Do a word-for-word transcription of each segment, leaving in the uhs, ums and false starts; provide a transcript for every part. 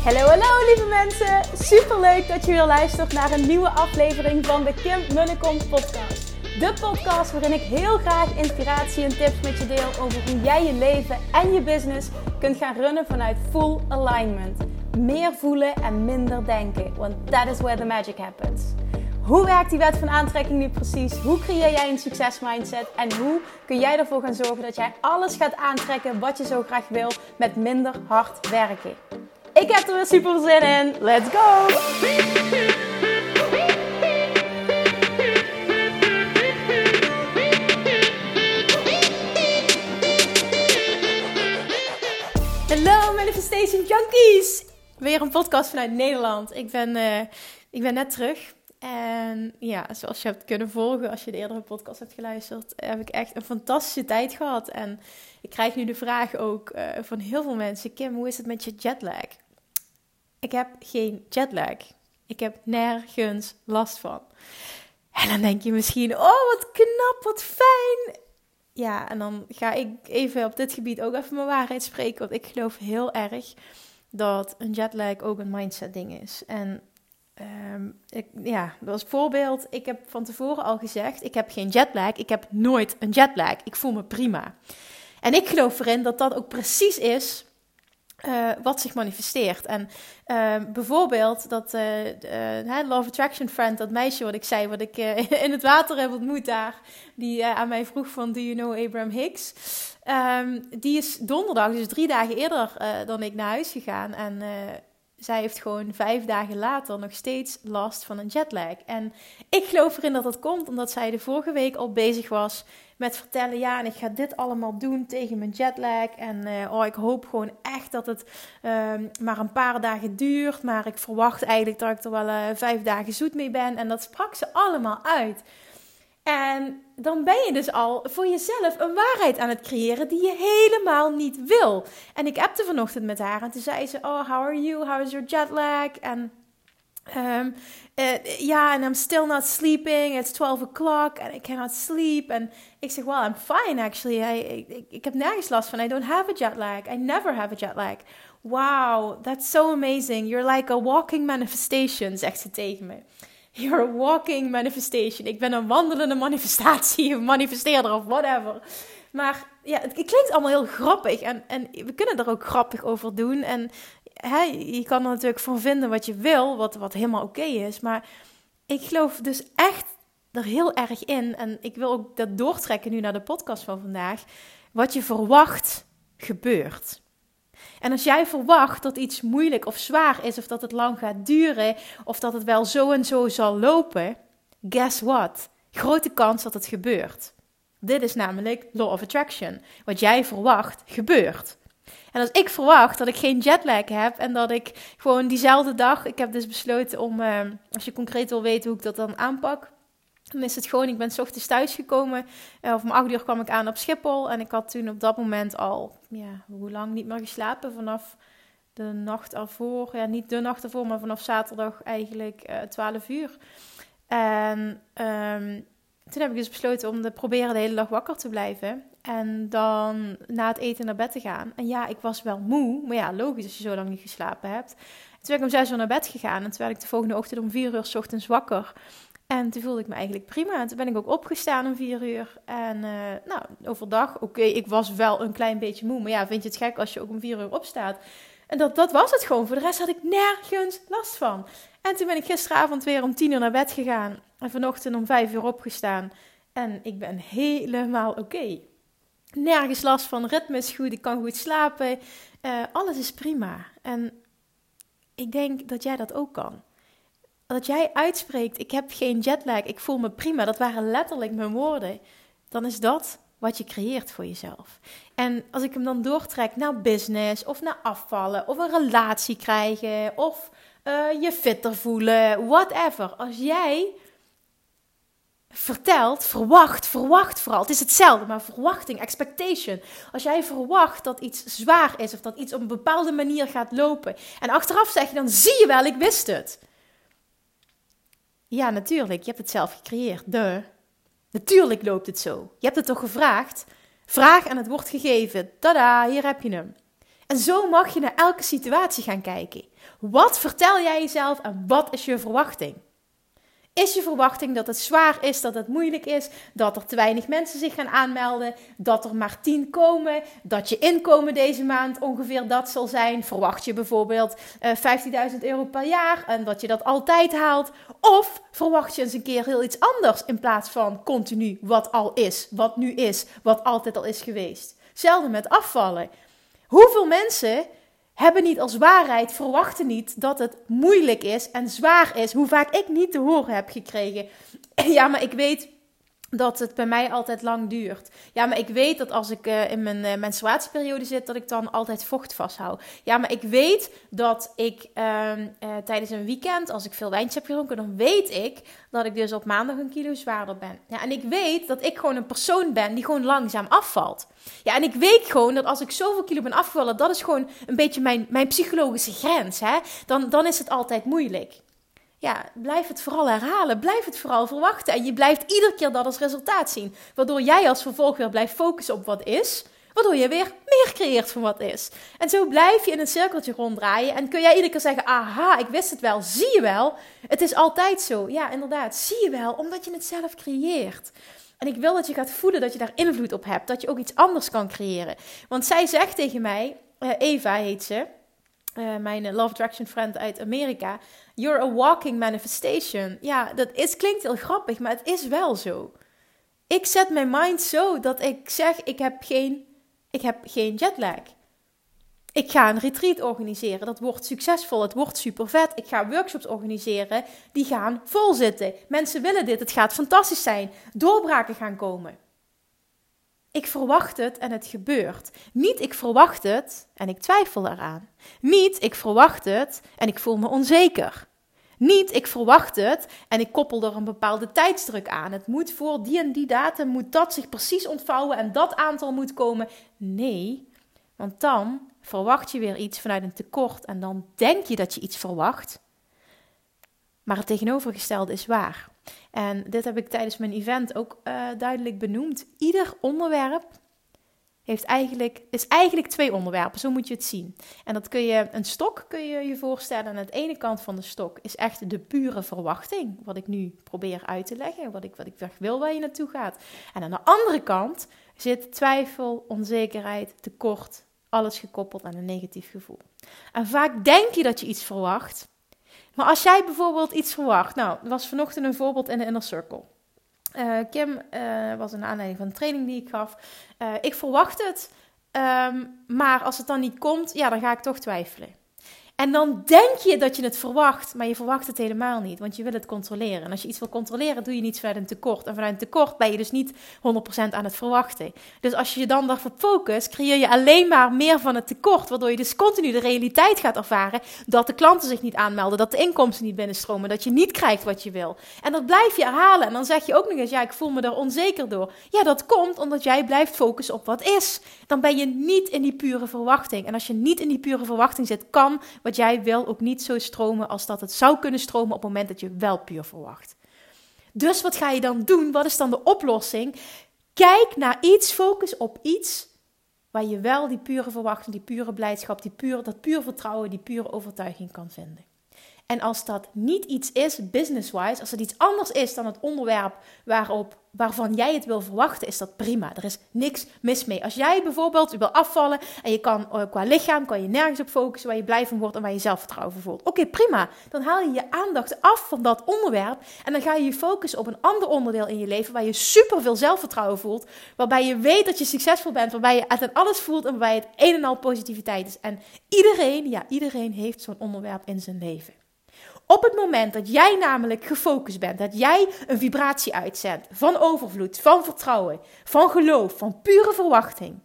Hallo, hallo lieve mensen! Superleuk dat je weer luistert naar een nieuwe aflevering van de Kim Munnekom podcast. De podcast waarin ik heel graag inspiratie en tips met je deel over hoe jij je leven en je business kunt gaan runnen vanuit full alignment. Meer voelen en minder denken, want that is where the magic happens. Hoe werkt die wet van aantrekking nu precies? Hoe creëer jij een succesmindset? En hoe kun jij ervoor gaan zorgen dat jij alles gaat aantrekken wat je zo graag wil met minder hard werken? Ik heb er weer super zin in. Let's go! Hallo Manifestation Junkies! Weer een podcast vanuit Nederland. Ik ben, uh, ik ben net terug. En ja, zoals je hebt kunnen volgen als je de eerdere podcast hebt geluisterd, heb ik echt een fantastische tijd gehad. En ik krijg nu de vraag ook uh, van heel veel mensen: Kim, hoe is het met je jetlag? Ik heb geen jetlag. Ik heb nergens last van. En dan denk je misschien: oh, wat knap, wat fijn. Ja, en dan ga ik even op dit gebied ook even mijn waarheid spreken. Want ik geloof heel erg dat een jetlag ook een mindset ding is. En Um, ik, ja, als voorbeeld, ik heb van tevoren al gezegd, ik heb geen jetlag, ik heb nooit een jetlag, ik voel me prima. En ik geloof erin dat dat ook precies is uh, wat zich manifesteert. En uh, bijvoorbeeld dat uh, uh, Law of Attraction friend, dat meisje wat ik zei, wat ik uh, in het water heb ontmoet daar, die uh, aan mij vroeg van, do you know Abraham Hicks? Um, die is donderdag, dus drie dagen eerder uh, dan ik naar huis gegaan en uh, zij heeft gewoon vijf dagen later nog steeds last van een jetlag. En ik geloof erin dat dat komt omdat zij de vorige week al bezig was met vertellen: ja, en ik ga dit allemaal doen tegen mijn jetlag. En uh, oh, ik hoop gewoon echt dat het uh, maar een paar dagen duurt. Maar ik verwacht eigenlijk dat ik er wel uh, vijf dagen zoet mee ben. En dat sprak ze allemaal uit. En dan ben je dus al voor jezelf een waarheid aan het creëren die je helemaal niet wil. En ik appte vanochtend met haar en toen zei ze: oh, how are you? How is your jet lag? En um, uh, ja, and I'm still not sleeping. It's twelve o'clock and I cannot sleep. En ik zeg: well, I'm fine actually. I, ik, ik heb nergens last van. I don't have a jet lag. I never have a jet lag. Wow, that's so amazing. You're like a walking manifestation, zegt ze tegen me. You're a walking manifestation. Ik ben een wandelende manifestatie, een manifesteerder of whatever. Maar ja, het, het klinkt allemaal heel grappig. En, en we kunnen er ook grappig over doen. En hè, je kan er natuurlijk van vinden wat je wil, wat, wat helemaal oké okay is. Maar ik geloof dus echt er heel erg in. En ik wil ook dat doortrekken nu naar de podcast van vandaag. Wat je verwacht, gebeurt. En als jij verwacht dat iets moeilijk of zwaar is, of dat het lang gaat duren, of dat het wel zo en zo zal lopen, guess what? Grote kans dat het gebeurt. Dit is namelijk Law of Attraction. Wat jij verwacht, gebeurt. En als ik verwacht dat ik geen jetlag heb en dat ik gewoon diezelfde dag, ik heb dus besloten om, uh, als je concreet wil weten hoe ik dat dan aanpak, dan is het gewoon, ik ben 's ochtends thuisgekomen, uh, of om acht uur kwam ik aan op Schiphol. En ik had toen op dat moment al, ja, hoe lang niet meer geslapen? Vanaf de nacht ervoor, ja, niet de nacht ervoor, maar vanaf zaterdag eigenlijk uh, twaalf uur. En um, toen heb ik dus besloten om te proberen de hele dag wakker te blijven. En dan na het eten naar bed te gaan. En ja, ik was wel moe, maar ja, logisch als je zo lang niet geslapen hebt. Toen ben ik om zes uur naar bed gegaan en toen werd ik de volgende ochtend om vier uur 's ochtends wakker. En toen voelde ik me eigenlijk prima. En toen ben ik ook opgestaan om vier uur. En uh, nou, overdag, oké, okay, ik was wel een klein beetje moe. Maar ja, vind je het gek als je ook om vier uur opstaat? En dat, dat was het gewoon. Voor de rest had ik nergens last van. En toen ben ik gisteravond weer om tien uur naar bed gegaan. En vanochtend om vijf uur opgestaan. En ik ben helemaal oké. Okay. Nergens last van, ritme is goed, ik kan goed slapen. Uh, alles is prima. En ik denk dat jij dat ook kan. Dat jij uitspreekt: ik heb geen jetlag, ik voel me prima. Dat waren letterlijk mijn woorden. Dan is dat wat je creëert voor jezelf. En als ik hem dan doortrek naar business, of naar afvallen, of een relatie krijgen, of uh, je fitter voelen, whatever. Als jij vertelt, verwacht, verwacht vooral. Het is hetzelfde, maar verwachting, expectation. Als jij verwacht dat iets zwaar is, of dat iets op een bepaalde manier gaat lopen, en achteraf zeg je dan: zie je wel, ik wist het. Ja, natuurlijk. Je hebt het zelf gecreëerd. Duh. Natuurlijk loopt het zo. Je hebt het toch gevraagd? Vraag en het wordt gegeven. Tada, hier heb je hem. En zo mag je naar elke situatie gaan kijken. Wat vertel jij jezelf en wat is je verwachting? Is je verwachting dat het zwaar is, dat het moeilijk is, dat er te weinig mensen zich gaan aanmelden, dat er maar tien komen, dat je inkomen deze maand ongeveer dat zal zijn? Verwacht je bijvoorbeeld uh, vijftienduizend euro per jaar en dat je dat altijd haalt? Of verwacht je eens een keer heel iets anders in plaats van continu wat al is, wat nu is, wat altijd al is geweest? Hetzelfde met afvallen. Hoeveel mensen hebben niet als waarheid, verwachten niet dat het moeilijk is en zwaar is. Hoe vaak ik niet te horen heb gekregen. Ja, maar ik weet dat het bij mij altijd lang duurt. Ja, maar ik weet dat als ik uh, in mijn uh, menstruatieperiode zit, dat ik dan altijd vocht vasthoud. Ja, maar ik weet dat ik uh, uh, tijdens een weekend, als ik veel wijntjes heb gedronken, dan weet ik dat ik dus op maandag een kilo zwaarder ben. Ja, en ik weet dat ik gewoon een persoon ben die gewoon langzaam afvalt. Ja, en ik weet gewoon dat als ik zoveel kilo ben afgevallen, dat is gewoon een beetje mijn, mijn psychologische grens. Hè? Dan, dan is het altijd moeilijk. Ja, blijf het vooral herhalen. Blijf het vooral verwachten. En je blijft iedere keer dat als resultaat zien. Waardoor jij als vervolg weer blijft focussen op wat is. Waardoor je weer meer creëert van wat is. En zo blijf je in een cirkeltje ronddraaien. En kun jij iedere keer zeggen, aha, ik wist het wel. Zie je wel? Het is altijd zo. Ja, inderdaad. Zie je wel? Omdat je het zelf creëert. En ik wil dat je gaat voelen dat je daar invloed op hebt. Dat je ook iets anders kan creëren. Want zij zegt tegen mij, uh, Eva heet ze. Uh, mijn Love Attraction friend uit Amerika. You're a walking manifestation. Ja, dat is, klinkt heel grappig, maar het is wel zo. Ik zet mijn mind zo dat ik zeg, ik heb geen, ik heb geen jetlag. Ik ga een retreat organiseren. Dat wordt succesvol. Het wordt super vet. Ik ga workshops organiseren. Die gaan vol zitten. Mensen willen dit. Het gaat fantastisch zijn. Doorbraken gaan komen. Ik verwacht het en het gebeurt. Niet ik verwacht het en ik twijfel eraan. Niet ik verwacht het en ik voel me onzeker. Niet ik verwacht het en ik koppel er een bepaalde tijdsdruk aan. Het moet voor die en die datum, moet dat zich precies ontvouwen en dat aantal moet komen. Nee, want dan verwacht je weer iets vanuit een tekort en dan denk je dat je iets verwacht. Maar het tegenovergestelde is waar. En dit heb ik tijdens mijn event ook uh, duidelijk benoemd. Ieder onderwerp heeft eigenlijk, is eigenlijk twee onderwerpen, zo moet je het zien. En dat kun je, een stok kun je je voorstellen. Aan de ene kant van de stok is echt de pure verwachting. Wat ik nu probeer uit te leggen. Wat ik, wat ik wil waar je naartoe gaat. En aan de andere kant zit twijfel, onzekerheid, tekort. Alles gekoppeld aan een negatief gevoel. En vaak denk je dat je iets verwacht. Maar als jij bijvoorbeeld iets verwacht. Nou, er was vanochtend een voorbeeld in de Inner Circle. Uh, Kim uh, was een aanleiding van een training die ik gaf. Uh, ik verwacht het. Um, maar als het dan niet komt, ja, dan ga ik toch twijfelen. En dan denk je dat je het verwacht, maar je verwacht het helemaal niet, want je wil het controleren. En als je iets wil controleren, doe je niets vanuit een tekort. En vanuit een tekort ben je dus niet honderd procent aan het verwachten. Dus als je je dan daarvoor focust, creëer je alleen maar meer van het tekort, waardoor je dus continu de realiteit gaat ervaren dat de klanten zich niet aanmelden, dat de inkomsten niet binnenstromen, dat je niet krijgt wat je wil. En dat blijf je herhalen. En dan zeg je ook nog eens, ja, ik voel me daar onzeker door. Ja, dat komt omdat jij blijft focussen op wat is. Dan ben je niet in die pure verwachting. En als je niet in die pure verwachting zit, kan wat jij wil ook niet zo stromen als dat het zou kunnen stromen op het moment dat je wel puur verwacht. Dus wat ga je dan doen? Wat is dan de oplossing? Kijk naar iets, focus op iets waar je wel die pure verwachting, die pure blijdschap, die pure, dat pure vertrouwen, die pure overtuiging kan vinden. En als dat niet iets is, business-wise, als het iets anders is dan het onderwerp waarop, waarvan jij het wil verwachten, is dat prima. Er is niks mis mee. Als jij bijvoorbeeld wil afvallen en je kan uh, qua lichaam, kan je nergens op focussen waar je blij van wordt en waar je zelfvertrouwen van voelt. Oké, okay, prima. Dan haal je je aandacht af van dat onderwerp en dan ga je je focussen op een ander onderdeel in je leven waar je super veel zelfvertrouwen voelt, waarbij je weet dat je succesvol bent, waarbij je het en alles voelt en waarbij het een en al positiviteit is. En iedereen, ja, iedereen heeft zo'n onderwerp in zijn leven. Op het moment dat jij namelijk gefocust bent, dat jij een vibratie uitzendt van overvloed, van vertrouwen, van geloof, van pure verwachting,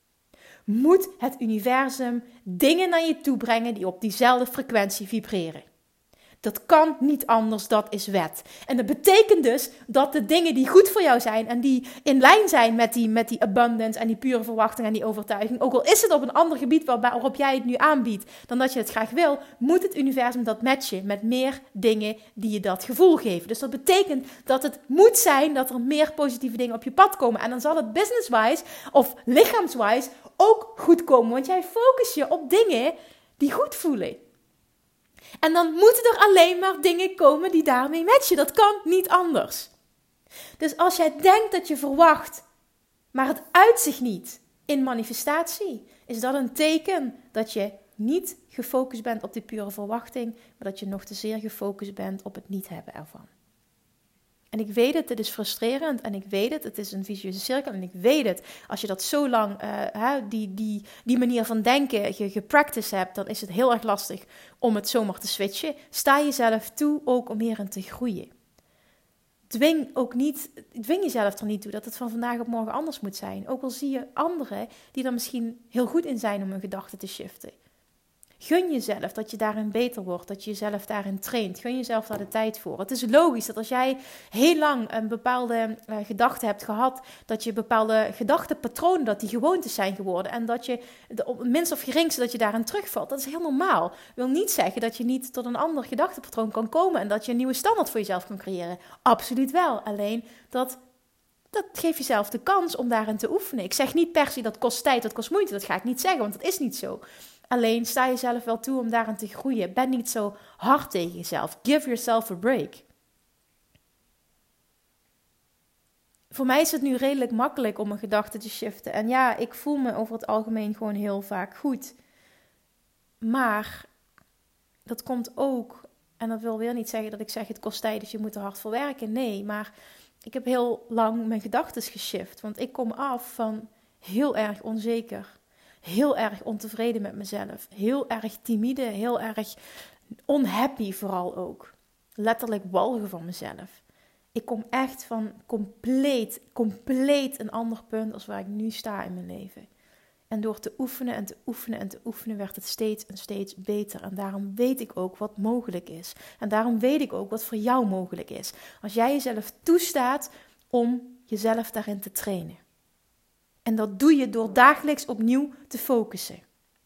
moet het universum dingen naar je toe brengen die op diezelfde frequentie vibreren. Dat kan niet anders, dat is wet. En dat betekent dus dat de dingen die goed voor jou zijn en die in lijn zijn met die, met die abundance en die pure verwachting en die overtuiging, ook al is het op een ander gebied waarop jij het nu aanbiedt dan dat je het graag wil, moet het universum dat matchen met meer dingen die je dat gevoel geven. Dus dat betekent dat het moet zijn dat er meer positieve dingen op je pad komen. En dan zal het business-wise of lichaamswise ook goed komen, want jij focust je op dingen die goed voelen. En dan moeten er alleen maar dingen komen die daarmee matchen. Dat kan niet anders. Dus als jij denkt dat je verwacht, maar het uit zich niet in manifestatie, is dat een teken dat je niet gefocust bent op die pure verwachting, maar dat je nog te zeer gefocust bent op het niet hebben ervan. En ik weet het, het is frustrerend en ik weet het, het is een vicieuze cirkel en ik weet het. Als je dat zo lang, uh, hè, die, die, die manier van denken ge, gepracticed hebt, dan is het heel erg lastig om het zomaar te switchen. Sta jezelf toe ook om hierin te groeien. Dwing ook niet, dwing jezelf er niet toe dat het van vandaag op morgen anders moet zijn. Ook al zie je anderen die er misschien heel goed in zijn om hun gedachten te shiften. Gun jezelf dat je daarin beter wordt, dat je jezelf daarin traint. Gun jezelf daar de tijd voor. Het is logisch dat als jij heel lang een bepaalde uh, gedachte hebt gehad, dat je bepaalde gedachtenpatronen, dat die gewoontes zijn geworden. En dat je, de, op het minst of geringste, dat je daarin terugvalt. Dat is heel normaal. Wil niet zeggen dat je niet tot een ander gedachtenpatroon kan komen en dat je een nieuwe standaard voor jezelf kan creëren. Absoluut wel. Alleen dat... Dat geeft jezelf de kans om daarin te oefenen. Ik zeg niet per se dat kost tijd, dat kost moeite. Dat ga ik niet zeggen, want dat is niet zo. Alleen sta jezelf wel toe om daarin te groeien. Ben niet zo hard tegen jezelf. Give yourself a break. Voor mij is het nu redelijk makkelijk om mijn gedachten te shiften. En ja, ik voel me over het algemeen gewoon heel vaak goed. Maar dat komt ook, en dat wil weer niet zeggen dat ik zeg het kost tijd, dus je moet er hard voor werken. Nee, maar ik heb heel lang mijn gedachten geshift. Want ik kom af van heel erg onzeker. Heel erg ontevreden met mezelf. Heel erg timide. Heel erg unhappy vooral ook. Letterlijk walgen van mezelf. Ik kom echt van compleet, compleet een ander punt als waar ik nu sta in mijn leven. En door te oefenen en te oefenen en te oefenen werd het steeds en steeds beter. En daarom weet ik ook wat mogelijk is. En daarom weet ik ook wat voor jou mogelijk is. Als jij jezelf toestaat om jezelf daarin te trainen. En dat doe je door dagelijks opnieuw te focussen.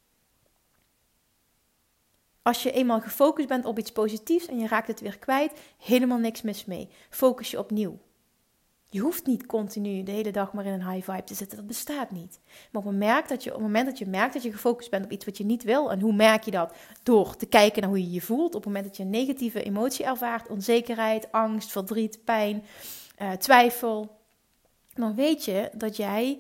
Als je eenmaal gefocust bent op iets positiefs en je raakt het weer kwijt, helemaal niks mis mee. Focus je opnieuw. Je hoeft niet continu de hele dag maar in een high vibe te zitten. Dat bestaat niet. Maar op het moment dat je, op het moment dat je merkt dat je gefocust bent op iets wat je niet wil. En hoe merk je dat? Door te kijken naar hoe je je voelt. Op het moment dat je een negatieve emotie ervaart. Onzekerheid, angst, verdriet, pijn, uh, twijfel. Dan weet je dat jij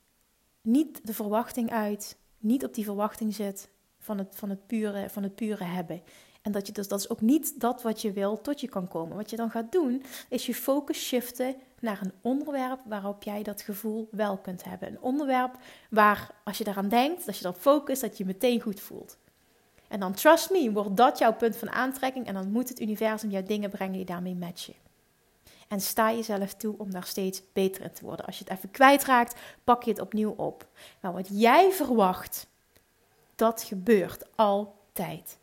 niet de verwachting uit. Niet op die verwachting zit van het, van het, pure, van het pure hebben. En dat, je dus, dat is ook niet dat wat je wil tot je kan komen. Wat je dan gaat doen, is je focus shiften naar een onderwerp waarop jij dat gevoel wel kunt hebben. Een onderwerp waar, als je daaraan denkt, als je dan focust, dat je je meteen goed voelt. En dan, trust me, wordt dat jouw punt van aantrekking. En dan moet het universum jou dingen brengen die daarmee matchen. En sta jezelf toe om daar steeds beter in te worden. Als je het even kwijtraakt, pak je het opnieuw op. Maar wat jij verwacht, dat gebeurt altijd.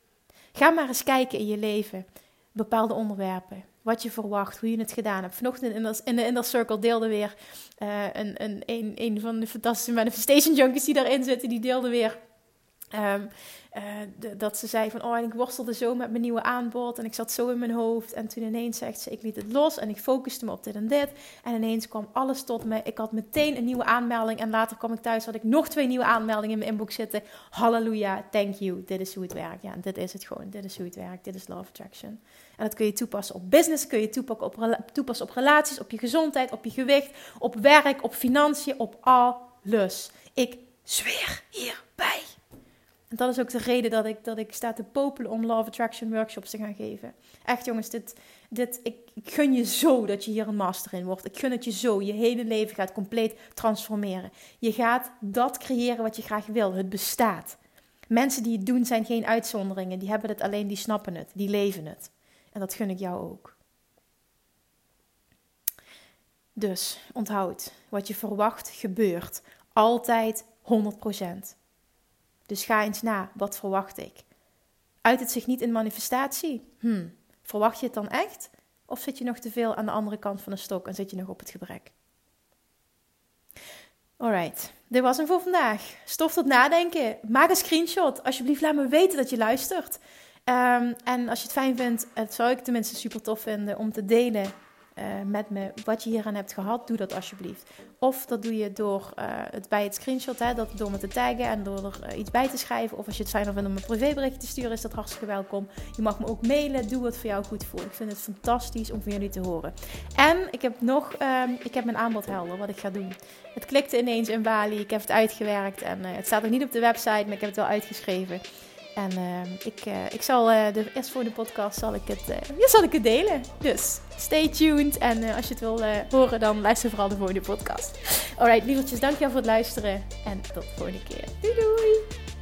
Ga maar eens kijken in je leven, bepaalde onderwerpen, wat je verwacht, hoe je het gedaan hebt. Vanochtend in de, in de Inner Circle deelde weer uh, een, een, een, een van de fantastische manifestation junkies die daarin zitten, die deelde weer um, uh, de, dat ze zei van, oh, en ik worstelde zo met mijn nieuwe aanbod en ik zat zo in mijn hoofd. En toen ineens zegt ze, ik liet het los en ik focuste me op dit en dit. En ineens kwam alles tot me. Ik had meteen een nieuwe aanmelding en later kwam ik thuis, had ik nog twee nieuwe aanmeldingen in mijn inbox zitten. Halleluja, thank you, dit is hoe het werkt. Ja, en dit is het gewoon, dit is hoe het werkt, dit is Law of Attraction. En dat kun je toepassen op business, kun je toepassen op, toepassen op relaties, op je gezondheid, op je gewicht, op werk, op financiën, op alles. Ik zweer hierbij. En dat is ook de reden dat ik, dat ik sta te popelen om Law of Attraction workshops te gaan geven. Echt jongens, dit, dit, ik, ik gun je zo dat je hier een master in wordt. Ik gun het je zo. Je hele leven gaat compleet transformeren. Je gaat dat creëren wat je graag wil. Het bestaat. Mensen die het doen zijn geen uitzonderingen. Die hebben het alleen, die snappen het. Die leven het. En dat gun ik jou ook. Dus, onthoud. Wat je verwacht, gebeurt. Altijd honderd procent. Dus ga eens na, wat verwacht ik? Uit het zich niet in manifestatie? Hmm. Verwacht je het dan echt? Of zit je nog te veel aan de andere kant van de stok en zit je nog op het gebrek? Alright, dit was hem voor vandaag. Stof tot nadenken. Maak een screenshot. Alsjeblieft, laat me weten dat je luistert. Um, en als je het fijn vindt, het zou ik tenminste super tof vinden om te delen uh, met me wat je hieraan hebt gehad. Doe dat alsjeblieft. Of dat doe je door uh, het bij het screenshot, hè, dat, door me te taggen en door er uh, iets bij te schrijven. Of als je het fijn vindt om een privéberichtje te sturen, is dat hartstikke welkom. Je mag me ook mailen. Doe wat voor jou goed voelt. Ik vind het fantastisch om van jullie te horen. En ik heb nog, um, ik heb mijn aanbod helder wat ik ga doen. Het klikte ineens in Bali. Ik heb het uitgewerkt en uh, het staat nog niet op de website, maar ik heb het wel uitgeschreven. En uh, ik, uh, ik zal uh, de eerst voor de podcast zal ik het, uh, ja, zal ik het delen. Dus stay tuned. En uh, als je het wil uh, horen, dan luister vooral de volgende podcast. Alright, lievertjes, dankjewel voor het luisteren. En tot de volgende keer. Doei doei!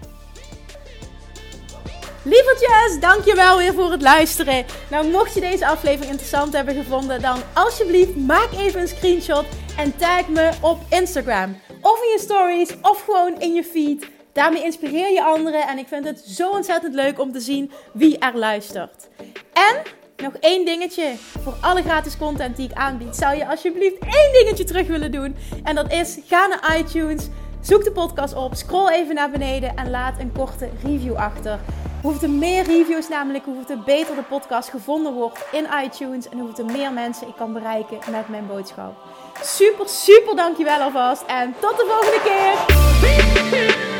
Lievertjes, dankjewel weer voor het luisteren. Nou, mocht je deze aflevering interessant hebben gevonden, dan alsjeblieft maak even een screenshot en tag me op Instagram. Of in je stories, of gewoon in je feed. Daarmee inspireer je anderen en ik vind het zo ontzettend leuk om te zien wie er luistert. En nog één dingetje. Voor alle gratis content die ik aanbied, zou je alsjeblieft één dingetje terug willen doen. En dat is, ga naar iTunes, zoek de podcast op, scroll even naar beneden en laat een korte review achter. Hoeveel meer reviews namelijk, hoeveel beter de podcast gevonden wordt in iTunes en hoeveel meer mensen ik kan bereiken met mijn boodschap. Super, super dankjewel alvast en tot de volgende keer!